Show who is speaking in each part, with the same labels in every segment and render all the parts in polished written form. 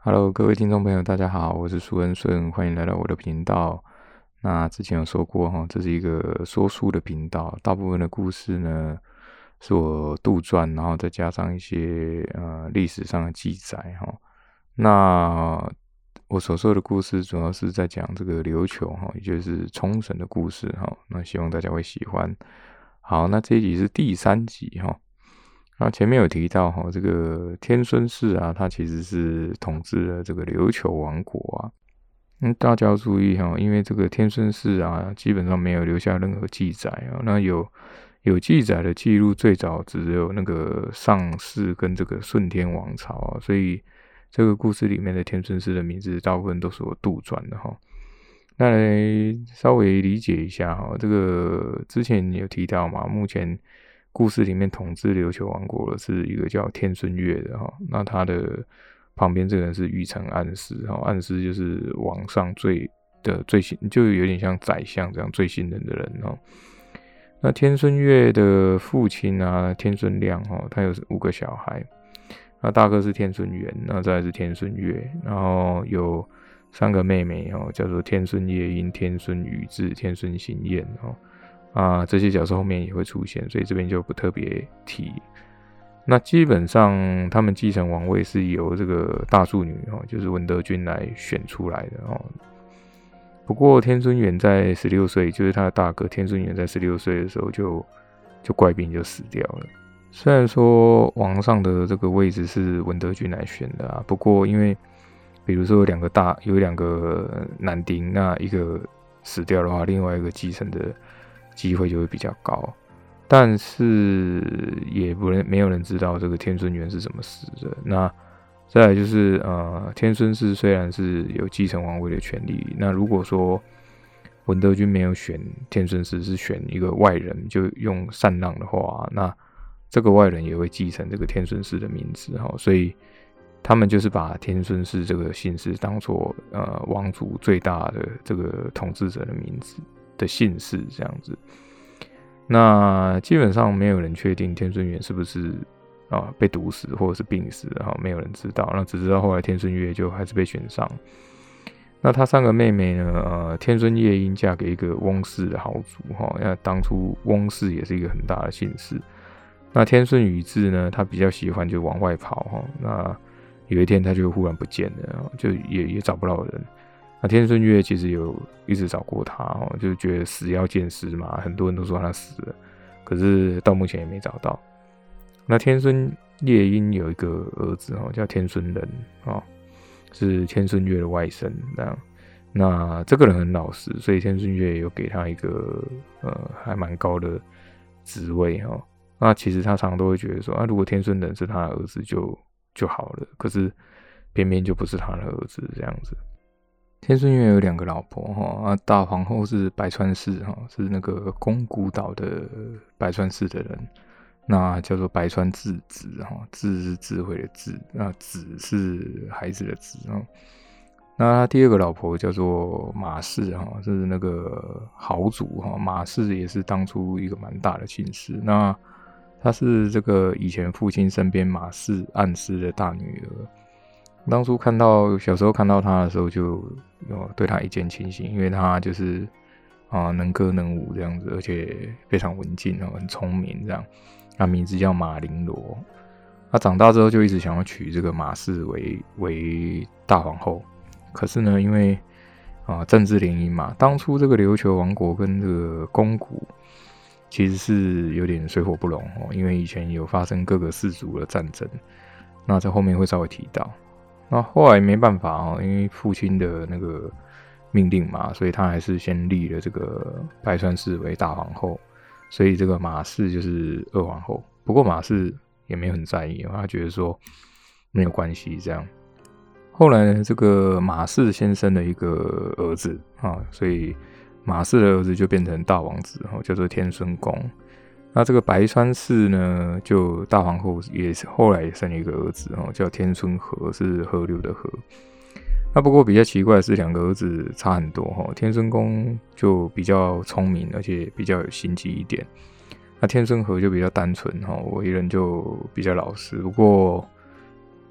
Speaker 1: Hello，各位听众朋友，大家好，我是苏恩顺，欢迎来到我的频道。那之前有说过哈，这是一个说书的频道，大部分的故事呢是我杜撰，然后再加上一些历史上的记载哈。那我所说的故事主要是在讲这个琉球哈，也就是冲绳的故事哈。那希望大家会喜欢。好，那这一集是第3集哈。那前面有提到哈，这个天孙氏啊，他其实是统治了这个琉球王国啊。大家要注意哈，因为这个天孙氏啊，基本上没有留下任何记载啊。那有记载的记录，最早只有那个上氏跟这个顺天王朝啊，所以这个故事里面的天孙氏的名字，大部分都是我杜撰的哈。那来稍微理解一下哈，这个之前有提到嘛，目前故事里面统治琉球王国的是一个叫天孙月的哈，那他的旁边这个人是玉成暗司哈，暗司就是王上最新，就有点像宰相这样最信任的人哈。那天孙月的父亲啊，天孙亮哈，他有5个小孩，那大哥是天孙元，那再来是天孙月，然后有3个妹妹哦，叫做天孙夜莺、天孙宇智、天孙行燕哦。这些角色后面也会出现，所以这边就不特别提。那基本上他们继承王位是由这个大庶女就是文德君来选出来的哦。不过天孙元在16岁，就是他的大哥天孙元在16岁的时候就怪病就死掉了。虽然说王上的这个位置是文德君来选的不过因为比如说有两个男丁，那一个死掉的话，另外一个继承的机会就会比较高。但是也没有人知道这个天孙元是怎么死的。那再来就是天孙氏虽然是有继承王位的权利，那如果说文德君没有选天孙氏，是选一个外人，就用禅让的话，那这个外人也会继承这个天孙氏的名字所以他们就是把天孙氏这个姓氏当作王族最大的这个统治者的名字的姓氏这样子。那基本上没有人确定天孙元是不是被毒死或者是病死没有人知道。那只知道后来天孙月就还是被选上。那他3个妹妹呢？天孙夜莺嫁给一个翁氏的豪族那当初翁氏也是一个很大的姓氏。那天孙宇智呢，他比较喜欢就往外跑那有一天他就忽然不见了，就也找不到人。那天孙月其实有一直找过他就觉得死要见尸嘛，很多人都说他死了，可是到目前也没找到。那天孙夜莺有一个儿子叫天孙仁是天孙月的外甥这样。那这个人很老实，所以天孙月有给他一个还蛮高的职位那其实他常常都会觉得说如果天孙仁是他的儿子就好了，可是偏偏就不是他的儿子这样子。天孙月有2个老婆大皇后是白川氏是那个宫古岛的白川氏的人，那叫做白川智子智是智慧的智，那子是孩子的子那他第2个老婆叫做马氏是那个豪族马氏也是当初一个蛮大的姓氏。那她是这个以前父亲身边马氏暗司的大女儿。当初小时候看到她的时候，就对她一见倾心，因为她就是能歌能舞这样子，而且非常文静很聪明这样。她名字叫马绫罗。她长大之后就一直想要娶这个马氏为大皇后，可是呢，因为政治联姻嘛，当初这个琉球王国跟这个宫古其实是有点水火不容因为以前有发生各个氏族的战争，那在后面会稍微提到。那后来没办法因为父亲的那个命令嘛，所以他还是先立了这个白川氏为大皇后，所以这个马氏就是2皇后。不过马氏也没有很在意他觉得说没有关系这样。后来呢，这个马氏先生的一个儿子所以马氏的儿子就变成大王子叫做天孙公。那这个白川氏呢，就大皇后也是后来也生了一个儿子叫天孙和，是河流的河。那不过比较奇怪的是，2个儿子差很多天孙公就比较聪明，而且比较有心机一点。那天孙和就比较单纯为人就比较老实。不过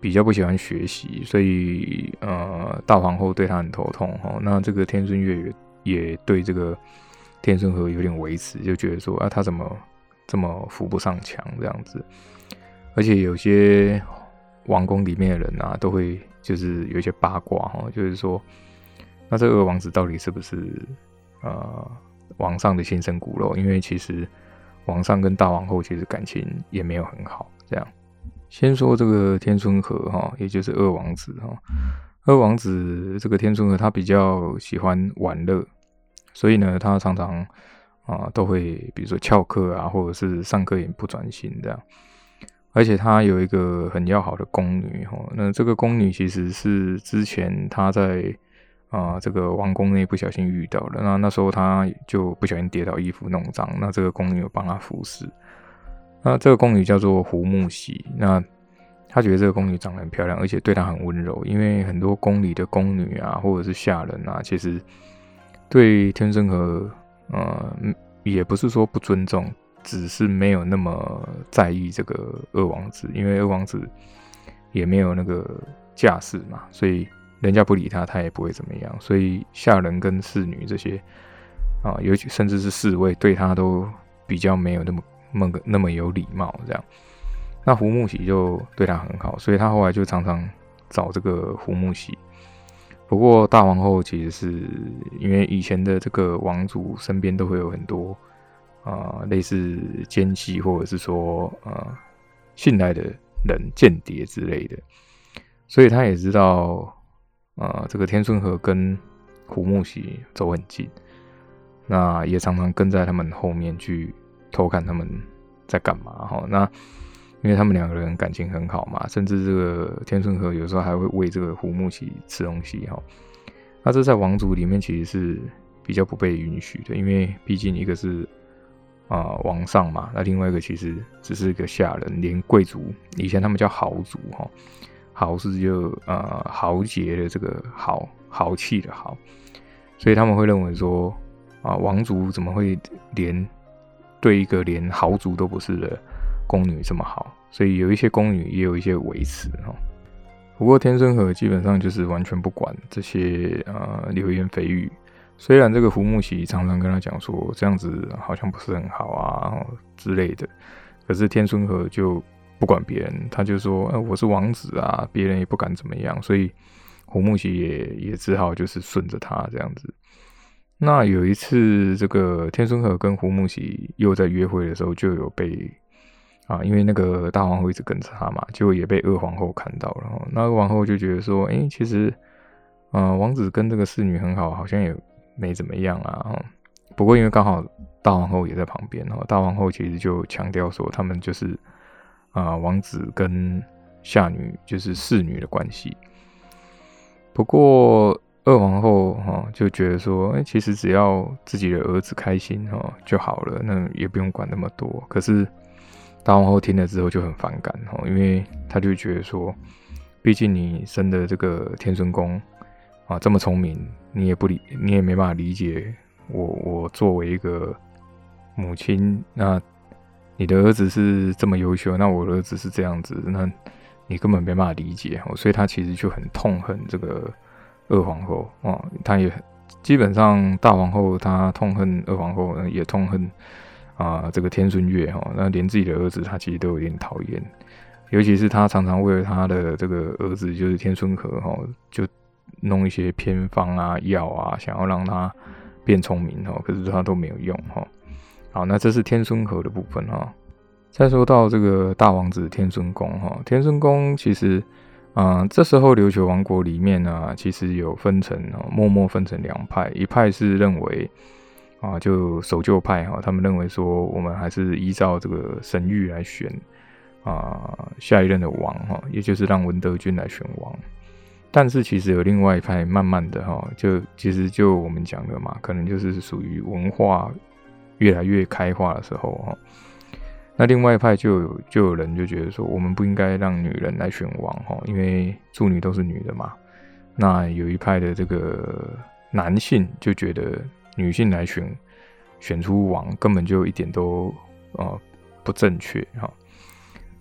Speaker 1: 比较不喜欢学习，所以大皇后对他很头痛那这个天孙月也对这个天孙和有点维持，就觉得说他怎么这么扶不上墙这样子。而且有些王宫里面的人都会就是有一些八卦就是说，那这个二王子到底是不是皇上的亲生骨肉？因为其实皇上跟大皇后其实感情也没有很好。这样，先说这个天孙和也就是二王子二王子这个天孙和他比较喜欢玩乐，所以呢，他常常都会比如说翘课或者是上课也不专心这样。而且他有一个很要好的宫女那这个宫女其实是之前他在这个王宫内不小心遇到了，那时候他就不小心跌倒，衣服弄脏，那这个宫女有帮他服侍。那这个宫女叫做胡木喜，那他觉得这个宫女长得很漂亮，而且对他很温柔，因为很多宫里的宫女或者是下人其实对天孙和也不是说不尊重，只是没有那么在意这个二王子，因为二王子也没有那个架势嘛，所以人家不理他，他也不会怎么样。所以下人跟侍女这些尤其甚至是侍卫对他都比较没有那么有礼貌这样。那胡木喜就对他很好，所以他后来就常常找这个胡木喜。不过大皇后其实是因为以前的这个王族身边都会有很多类似奸细或者是说信赖的人、间谍之类的，所以他也知道这个天孙和跟胡木喜走很近，那也常常跟在他们后面去偷看他们在干嘛那因为他们两个人感情很好嘛，甚至这个天孙和有时候还会喂这个胡木喜吃东西那这在王族里面其实是比较不被允许的，因为毕竟一个是王上嘛，那另外一个其实只是一个下人，连贵族以前他们叫豪族豪是就豪杰的这个豪气的豪，所以他们会认为说王族怎么会对一个连豪族都不是的宫女这么好，所以有一些宫女也有一些维持不过天孙和基本上就是完全不管这些流言蜚语，虽然这个胡木喜常常跟他讲说这样子好像不是很好之类的，可是天孙和就不管别人，他就说我是王子别人也不敢怎么样，所以胡木喜也只好就是顺着他这样子。那有一次这个天孙和跟胡木喜又在约会的时候，就有被因为那个大皇后一直跟着他嘛，结果也被二皇后看到了那二皇后就觉得说其实王子跟这个侍女很好，好像也没怎么样不过因为刚好大皇后也在旁边大皇后其实就强调说他们就是王子跟下女就是侍女的关系。不过二皇后就觉得说其实只要自己的儿子开心就好了，那也不用管那么多。可是大皇后听了之后就很反感因为她就觉得说毕竟你生的这个天孙公这么聪明，你也没办法理解我作为一个母亲，那你的儿子是这么优秀，那我的儿子是这样子，那你根本没办法理解所以他其实就很痛恨这个二皇后他也基本上大皇后他痛恨二皇后也痛恨这个天孙月那连自己的儿子他其实都有点讨厌，尤其是他常常为了他的这个儿子就是天孙和就弄一些偏方药想要让他变聪明可是他都没有用好，那这是天孙和的部分再说到这个大王子天孙宫天孙宫其实这时候琉球王国里面其实有默默分成两派，一派是认为就守旧派他们认为说我们还是依照这个神谕来选下一任的王也就是让文德军来选王。但是其实有另外一派慢慢的其实就我们讲的嘛，可能就是属于文化越来越开化的时候那另外一派就有人就觉得说我们不应该让女人来选王因为庶女都是女的嘛。那有一派的这个男性就觉得女性来选出王根本就一点都不正确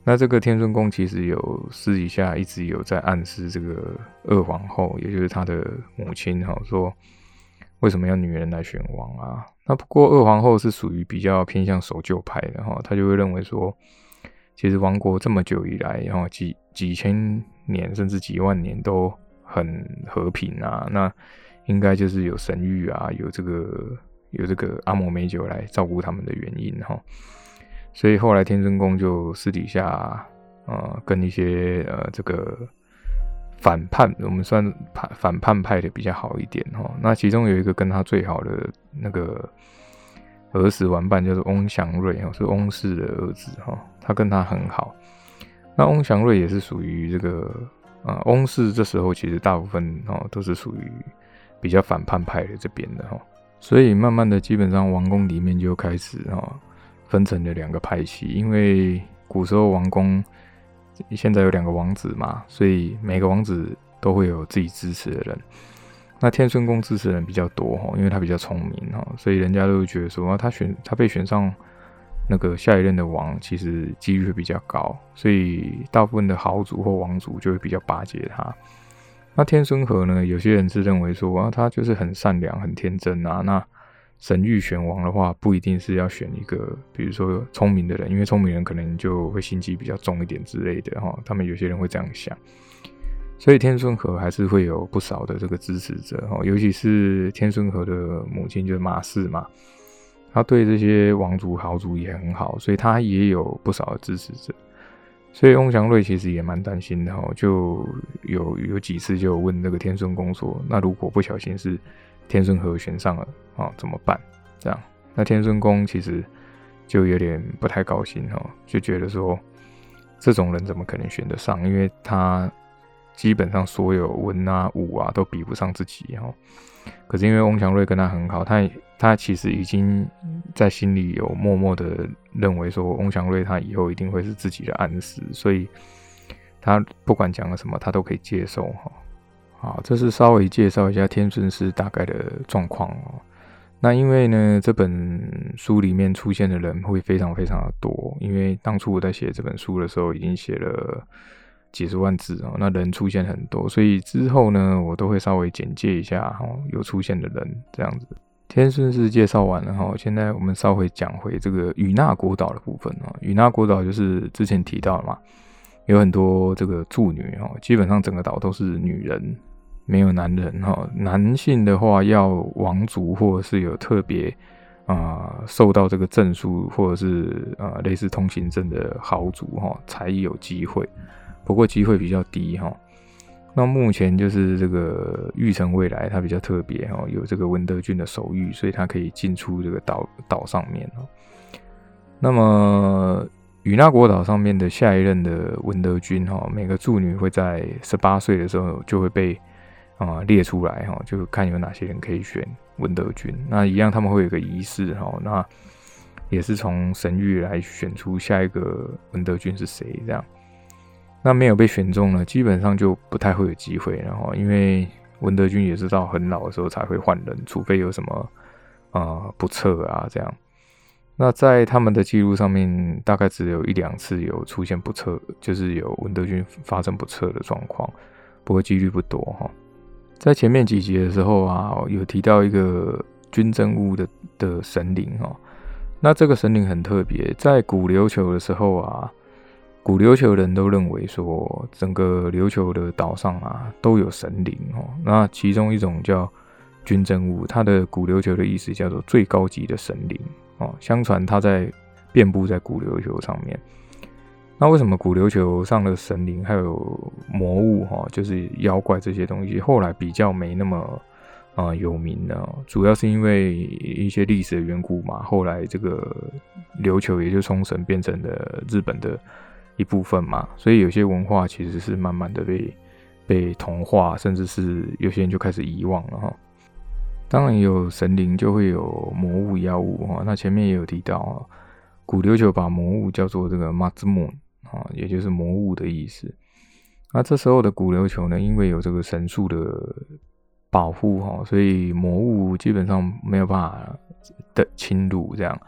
Speaker 1: 那这个天孙宫其实有私底下一直有在暗示这个二皇后，也就是她的母亲说为什么要女人来选王啊？那不过二皇后是属于比较偏向守旧派的她就会认为说，其实王国这么久以来，几千年甚至几万年都很和平啊，那应该就是有神谕啊，有这个阿摩美酒来照顾他们的原因所以后来天孙宫就私底下跟一些这个反叛，我们算反叛派的比较好一点那其中有一个跟他最好的那个儿时玩伴叫做翁祥瑞是翁氏的儿子他跟他很好。那翁祥瑞也是属于这个翁氏这时候其实大部分都是属于比较反叛派的这边的所以慢慢的基本上王宫里面就开始分成了2个派系，因为古时候王宫现在有2个王子嘛，所以每个王子都会有自己支持的人。那天孙宫支持的人比较多因为他比较聪明所以人家都会觉得说他被选上那个下一任的王，其实几率会比较高，所以大部分的豪族或王族就会比较巴结他。那天孙和呢，有些人是认为说他就是很善良、很天真啊。那神谕选王的话，不一定是要选一个比如说聪明的人，因为聪明人可能就会心机比较重一点之类的他们有些人会这样想。所以天孙和还是会有不少的这个支持者尤其是天孙和的母亲就是马氏嘛，他对这些王族豪族也很好，所以他也有不少的支持者。所以翁祥瑞其实也蛮担心的就有几次就有问那个天孙宫说，那如果不小心是天孙和选上了怎么办？这样，那天孙宫其实就有点不太高兴就觉得说这种人怎么可能选得上？因为他基本上所有文啊武啊都比不上自己可是因为翁祥瑞跟他很好，他其实已经在心里有默默的认为说翁祥瑞他以后一定会是自己的暗示，所以他不管讲了什么他都可以接受好，这是稍微介绍一下天孙氏大概的状况那因为呢这本书里面出现的人会非常非常的多，因为当初我在写这本书的时候已经写了几十万字那人出现很多，所以之后呢我都会稍微简介一下有出现的人这样子。天孙氏介绍完了现在我们稍微讲回这个与那国岛的部分与那国岛就是之前提到了嘛，有很多这个助女基本上整个岛都是女人，没有男人男性的话要王族或者是有特别受到这个证书或者是类似通行证的豪族才有机会，不过机会比较低那目前就是这个玉成未来它比较特别有这个文德军的手谕，所以它可以进出这个岛上面那么与那国岛上面的下一任的文德军每个助女会在18岁的时候就会被列出来就看有哪些人可以选文德军。那一样他们会有一个仪式那也是从神谕来选出下一个文德军是谁这样。那没有被选中呢，基本上就不太会有机会了因为文德军也是到很老的时候才会换人，除非有什么不测啊这样。那在他们的记录上面，大概只有1-2次有出现不测，就是有文德军发生不测的状况，不过几率不多在前面几集的时候有提到一个军政务的神灵那这个神灵很特别，在古琉球的时候古琉球人都认为说整个琉球的岛上都有神灵那其中一种叫军政务，它的古琉球的意思叫做最高级的神灵相传它遍布在古琉球上面。那为什么古琉球上的神灵还有魔物就是妖怪这些东西后来比较没那么有名呢？主要是因为一些历史的缘故嘛，后来这个琉球也就冲绳变成了日本的一部分嘛，所以有些文化其实是慢慢的被同化，甚至是有些人就开始遗忘了当然有神灵就会有魔物妖物那前面也有提到古琉球把魔物叫做这个 Mazmun 也就是魔物的意思。那这时候的古琉球呢，因为有这个神树的保护所以魔物基本上没有办法的侵入这样。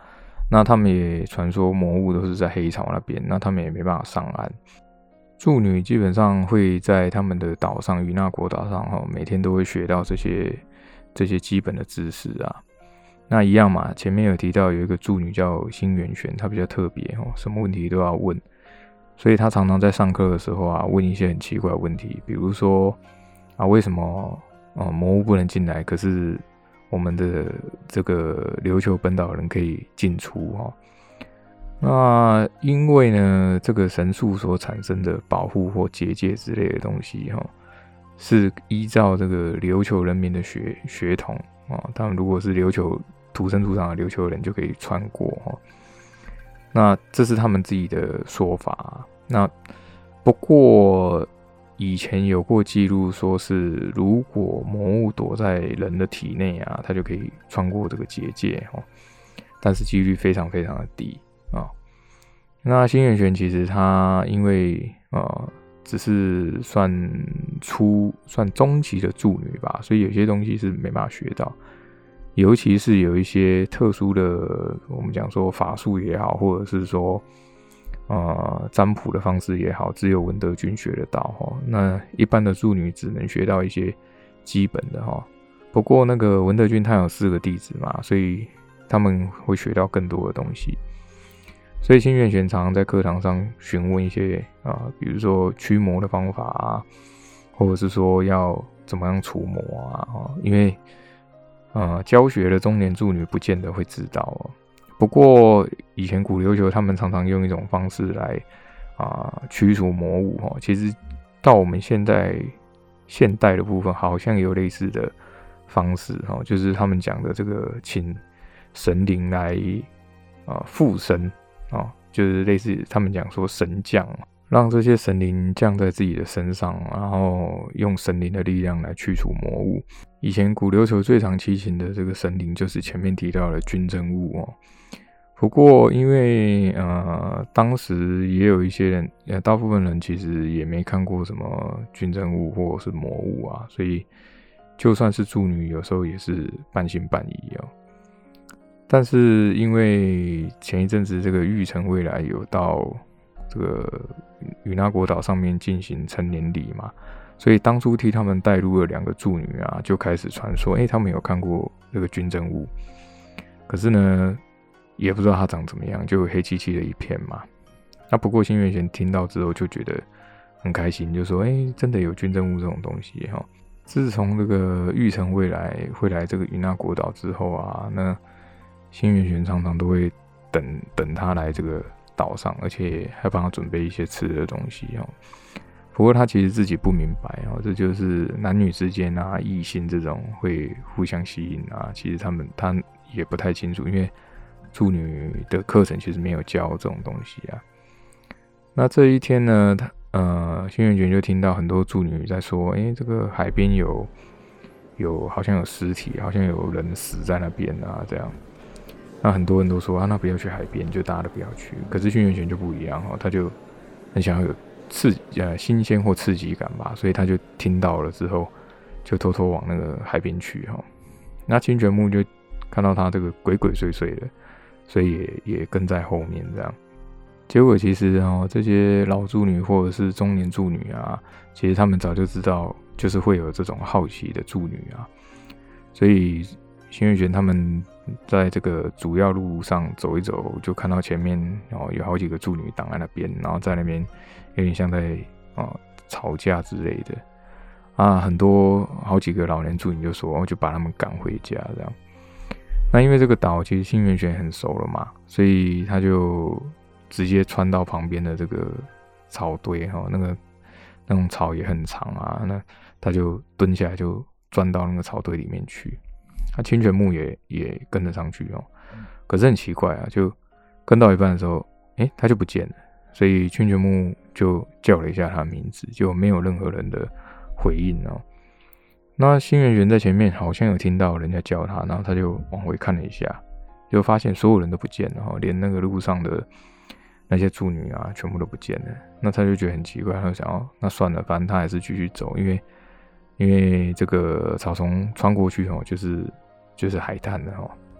Speaker 1: 那他们也传说魔物都是在黑潮那边，那他们也没办法上岸。祝女基本上会在他们的岛上，与那国岛上每天都会学到这些基本的知识啊。那一样嘛，前面有提到有一个祝女叫新元玄，她比较特别什么问题都要问，所以她常常在上课的时候啊，问一些很奇怪的问题，比如说啊，为什么魔物不能进来，可是我们的这个琉球本岛人可以进出那因为呢，这个神树所产生的保护或结界之类的东西是依照这个琉球人民的血统他们如果是琉球土生土长的琉球人就可以穿过那这是他们自己的说法那不过以前有过记录说是如果魔物躲在人的体内啊，它就可以穿过这个结界但是几率非常非常的低那新元玄其实他因为只是算中期的祝女吧，所以有些东西是没办法学到，尤其是有一些特殊的，我们讲说法术也好，或者是说占卜的方式也好，只有文德君学得到那一般的祝女只能学到一些基本的不过那个文德君他有4个弟子嘛，所以他们会学到更多的东西。所以新元玄常常在课堂上询问一些比如说驱魔的方法啊，或者是说要怎么样除魔啊因为教学的中年祝女不见得会知道不过以前古琉球他们常常用一种方式来驱除魔物其实到我们现代的部分好像有类似的方式就是他们讲的这个请神灵来附身就是类似他们讲说神降，让这些神灵降在自己的身上，然后用神灵的力量来驱除魔物。以前古琉球最常祈请的这个神灵就是前面提到的君真物不过因为当时也有一些人大部分人其实也没看过什么君真物或者是魔物所以就算是祝女有时候也是半信半疑但是因为前一阵子这个玉成未来有到这个与那国岛上面进行成年礼嘛，所以当初替他们带入了2个祝女就开始传说他们有看过这个君真物，可是呢也不知道它长怎么样，就黑漆漆的一片嘛。那不过新元玄听到之后就觉得很开心，就说真的有君真物这种东西自从这个玉成未来会来这个与那国岛之后那新元玄常常都会等他来这个岛上，而且还帮他准备一些吃的东西不过他其实自己不明白这就是男女之间异性这种会互相吸引其实他也不太清楚，因为祝女的课程其实没有教这种东西那这一天呢，新元玄就听到很多祝女在说，这个海边有好像有尸体，好像有人死在那边这样。那很多人都说那不要去海边，就大家都不要去。可是新元玄就不一样他就很想要有新鲜或刺激感吧，所以他就听到了之后，就偷偷往那个海边去那清泉木就看到他这个鬼鬼祟祟的，所以也跟在后面这样。结果其实这些老祝女或者是中年祝女其实他们早就知道，就是会有这种好奇的祝女所以新元玄他们在这个主要路上走一走，就看到前面有好几个祝女挡在那边，然后在那边有点像在吵架之类的很多好几个老年祝女就说就把他们赶回家这样。那因为这个岛其实新元玄很熟了嘛，所以他就直接穿到旁边的这个草堆那种草也很长那他就蹲下来就钻到那个草堆里面去。清泉木也跟得上去可是很奇怪就跟到一半的时候他就不见了，所以清泉木就叫了一下他的名字，就没有任何人的回应那新元玄在前面好像有听到人家叫他，然后他就往回看了一下，就发现所有人都不见了连那个路上的那些祝女全部都不见了。那他就觉得很奇怪，他就想那算了，反正他还是继续走，因为这个草丛穿过去就是海滩的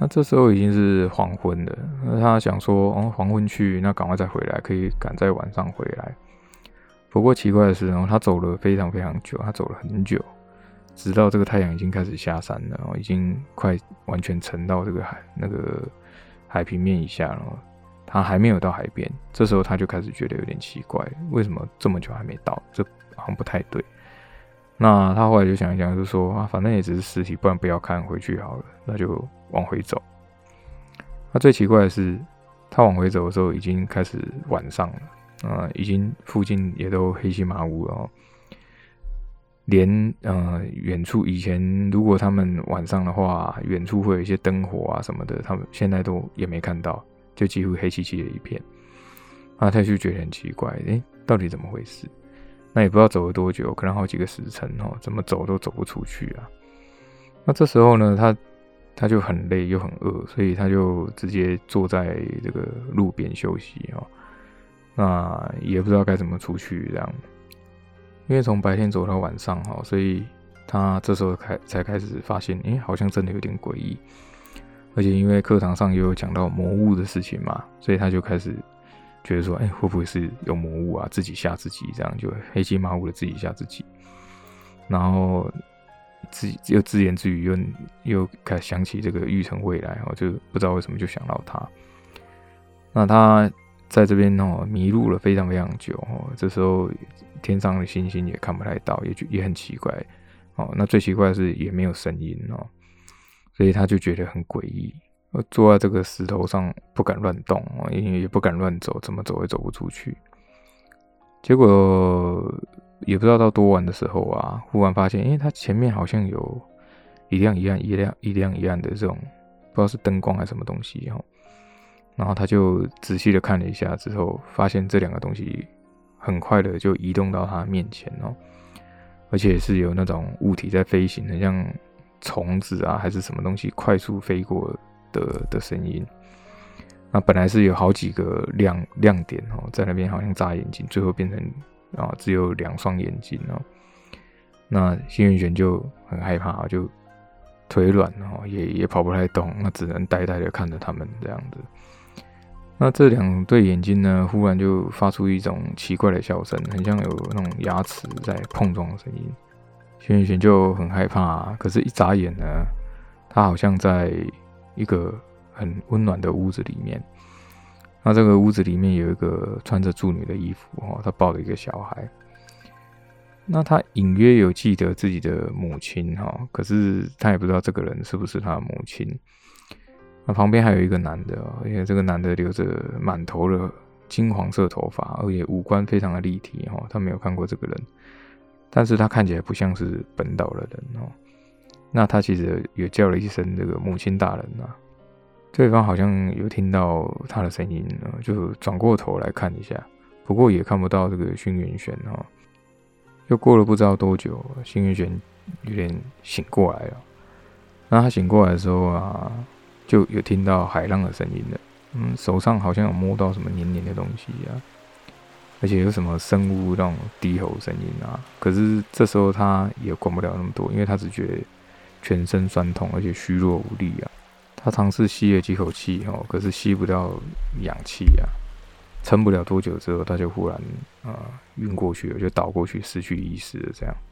Speaker 1: 那这时候已经是黄昏了，那他想说，黄昏去，那赶快再回来，可以赶在晚上回来。不过奇怪的是，他走了非常非常久，他走了很久，直到这个太阳已经开始下山了，已经快完全沉到这个海平面以下了，他还没有到海边。这时候他就开始觉得有点奇怪，为什么这么久还没到？这好像不太对。那他后来就想一想，就说反正也只是尸体，不然不要看，回去好了，那就往回走。那最奇怪的是，他往回走的时候已经开始晚上了，已经附近也都黑漆麻乌了连远处以前如果他们晚上的话，远处会有一些灯火啊什么的，他们现在都也没看到，就几乎黑漆漆的一片。他就觉得很奇怪，到底怎么回事？那也不知道走了多久，可能好几个时辰怎么走都走不出去啊。那这时候呢，他就很累又很饿，所以他就直接坐在这个路边休息那也不知道该怎么出去这样，因为从白天走到晚上所以他这时候才开始发现，好像真的有点诡异。而且因为课堂上也有讲到魔物的事情嘛，所以他就开始觉得说，会不会是有魔物啊？自己吓自己，这样就黑漆麻乌的自己吓自己，然后又自言自语，又开始想起这个玉成未来，就不知道为什么就想到他。那他在这边迷路了非常非常久这时候天上的星星也看不太到，也很奇怪那最奇怪的是也没有声音所以他就觉得很诡异。坐在这个石头上不敢乱动也不敢乱走，怎么走也走不出去。结果也不知道到多晚的时候忽然发现他前面好像有一亮一暗的这种不知道是灯光还是什么东西然后他就仔细的看了一下之后，发现这两个东西很快的就移动到他面前而且是有那种物体在飞行，很像虫子还是什么东西快速飞过的声音。那本来是有好几个亮点在那边好像眨眼睛，最后变成只有2双眼睛那新垣玄就很害怕，就腿软也跑不太动，那只能呆呆的看着他们这样子。那这2对眼睛呢，忽然就发出一种奇怪的笑声，很像有那种牙齿在碰撞的声音。新垣玄就很害怕可是一眨眼呢，他好像在一个很温暖的屋子里面。那这个屋子里面有一个穿着处女的衣服他抱着一个小孩。那他隐约有记得自己的母亲可是他也不知道这个人是不是他的母亲。那旁边还有一个男的而且这个男的留着满头的金黄色头发，而且五官非常的立体他没有看过这个人，但是他看起来不像是本岛的人那他其实也叫了一声这个母亲大人对方好像有听到他的声音就转过头来看一下，不过也看不到这个新垣玄又过了不知道多久，新垣玄有点醒过来了。那他醒过来的时候就有听到海浪的声音了。手上好像有摸到什么黏黏的东西而且有什么生物那种低吼声音可是这时候他也管不了那么多，因为他只觉得全身酸痛，而且虚弱无力他尝试吸了几口气可是吸不到氧气撑不了多久之后，他就忽然晕过去了，就倒过去失去意识了这样。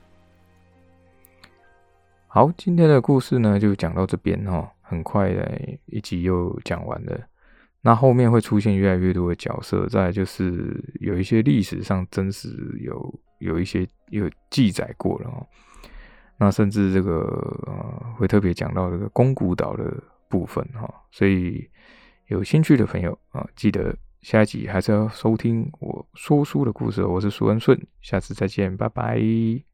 Speaker 1: 好，今天的故事呢就讲到这边很快的一集又讲完了。那后面会出现越来越多的角色，再来就是有一些历史上真实有一些有记载过了那甚至这个会特别讲到这个宫古岛的部分所以有兴趣的朋友记得下一集还是要收听我说书的故事我是苏恩顺，下次再见，拜拜。